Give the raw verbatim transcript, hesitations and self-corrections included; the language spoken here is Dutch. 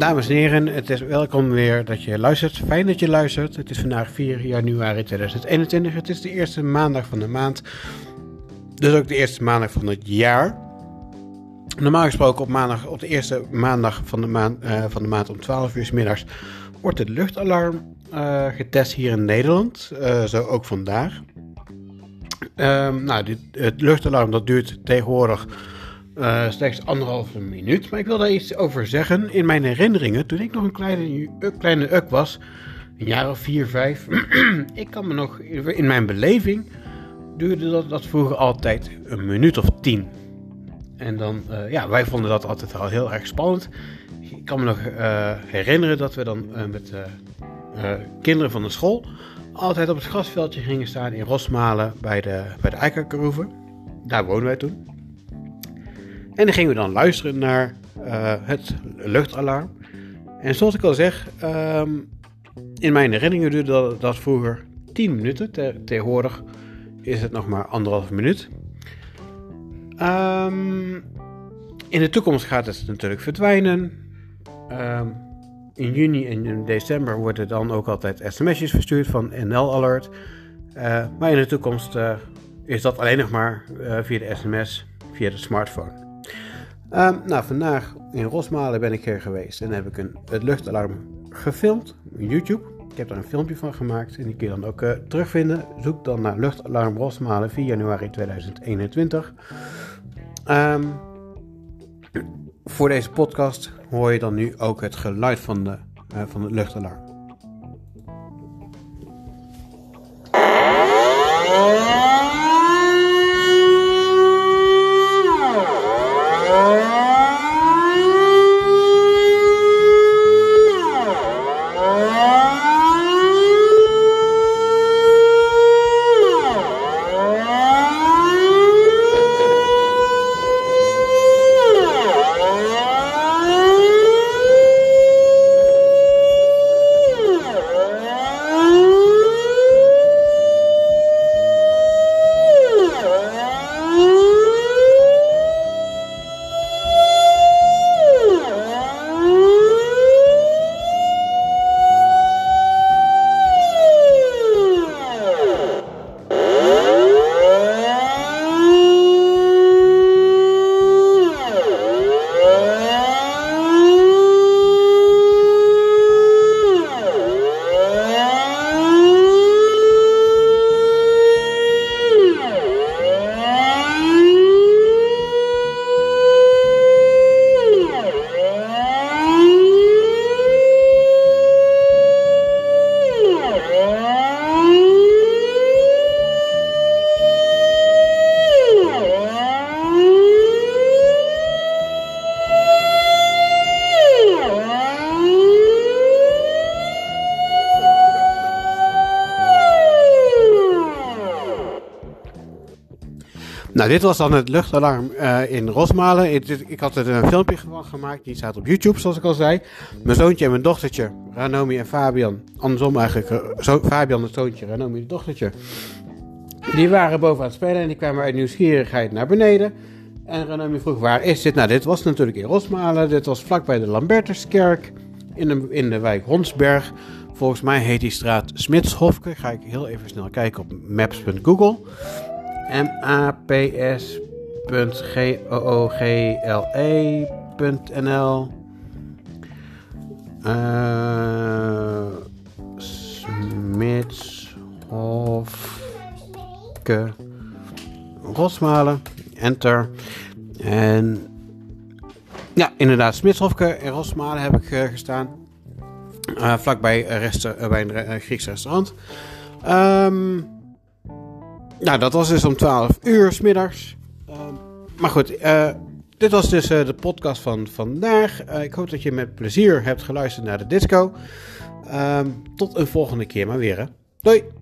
dames en heren, het is welkom weer dat je luistert. Fijn dat je luistert. Het is vandaag vier januari tweeduizend eenentwintig. Het is de eerste maandag van de maand. Dus ook de eerste maandag van het jaar. Normaal gesproken op, maandag, op de eerste maandag van de maand, uh, van de maand om twaalf uur 's middags wordt het luchtalarm uh, getest hier in Nederland. Uh, zo ook vandaag. Um, nou, dit, het luchtalarm dat duurt tegenwoordig uh, slechts anderhalve minuut. Maar ik wil daar iets over zeggen. In mijn herinneringen, toen ik nog een kleine, uk, kleine uk was, een jaar of vier, vijf. ik kan me nog, in mijn beleving, duurde dat, dat vroeger altijd een minuut of tien. En dan, uh, ja, wij vonden dat altijd al heel erg spannend. Ik kan me nog uh, herinneren dat we dan uh, met uh, uh, kinderen van de school altijd op het grasveldje gingen staan in Rosmalen bij de, bij de Eikerkeroeven. Daar woonden wij toen. En dan gingen we dan luisteren naar uh, het luchtalarm. En zoals ik al zeg, um, in mijn herinneringen duurde dat, dat vroeger tien minuten. Te, tegenwoordig is het nog maar anderhalf minuut. Um, in de toekomst gaat het natuurlijk verdwijnen. Um, in juni en in december worden dan ook altijd sms'jes verstuurd van N L Alert. Uh, maar in de toekomst uh, is dat alleen nog maar uh, via de sms, via de smartphone. Um, nou, vandaag in Rosmalen ben ik er geweest en heb ik een, het luchtalarm gefilmd op YouTube. Ik heb daar een filmpje van gemaakt en die kun je dan ook uh, terugvinden. Zoek dan naar luchtalarm Rosmalen vier januari tweeduizend eenentwintig. Um, voor deze podcast hoor je dan nu ook het geluid van, de, uh, van het luchtalarm. Nou, dit was dan het luchtalarm uh, in Rosmalen. Ik, ik had er een filmpje van gemaakt, die staat op YouTube, zoals ik al zei. Mijn zoontje en mijn dochtertje, Ranomi en Fabian, andersom eigenlijk, uh, zo, Fabian het zoontje, Ranomi het dochtertje, die waren boven aan het spelen en die kwamen uit nieuwsgierigheid naar beneden. En Ranomi vroeg, waar is dit? Nou, dit was natuurlijk in Rosmalen, dit was vlakbij de Lambertuskerk, in de, in de wijk Honsberg. Volgens mij heet die straat Smidshofke, ga ik heel even snel kijken op maps punt google. M A P S punt G O O G L E punt N L uh, Smidshofke Rosmalen, enter. En ja, inderdaad, Smidshofke en Rosmalen heb ik uh, gestaan. Uh, vlakbij uh, resta- uh, bij een uh, Grieks restaurant. Um, Nou, dat was dus om twaalf uur 's middags. Uh, maar goed, uh, dit was dus uh, de podcast van vandaag. Uh, ik hoop dat je met plezier hebt geluisterd naar de disco. Uh, tot een volgende keer maar weer. Hè. Doei!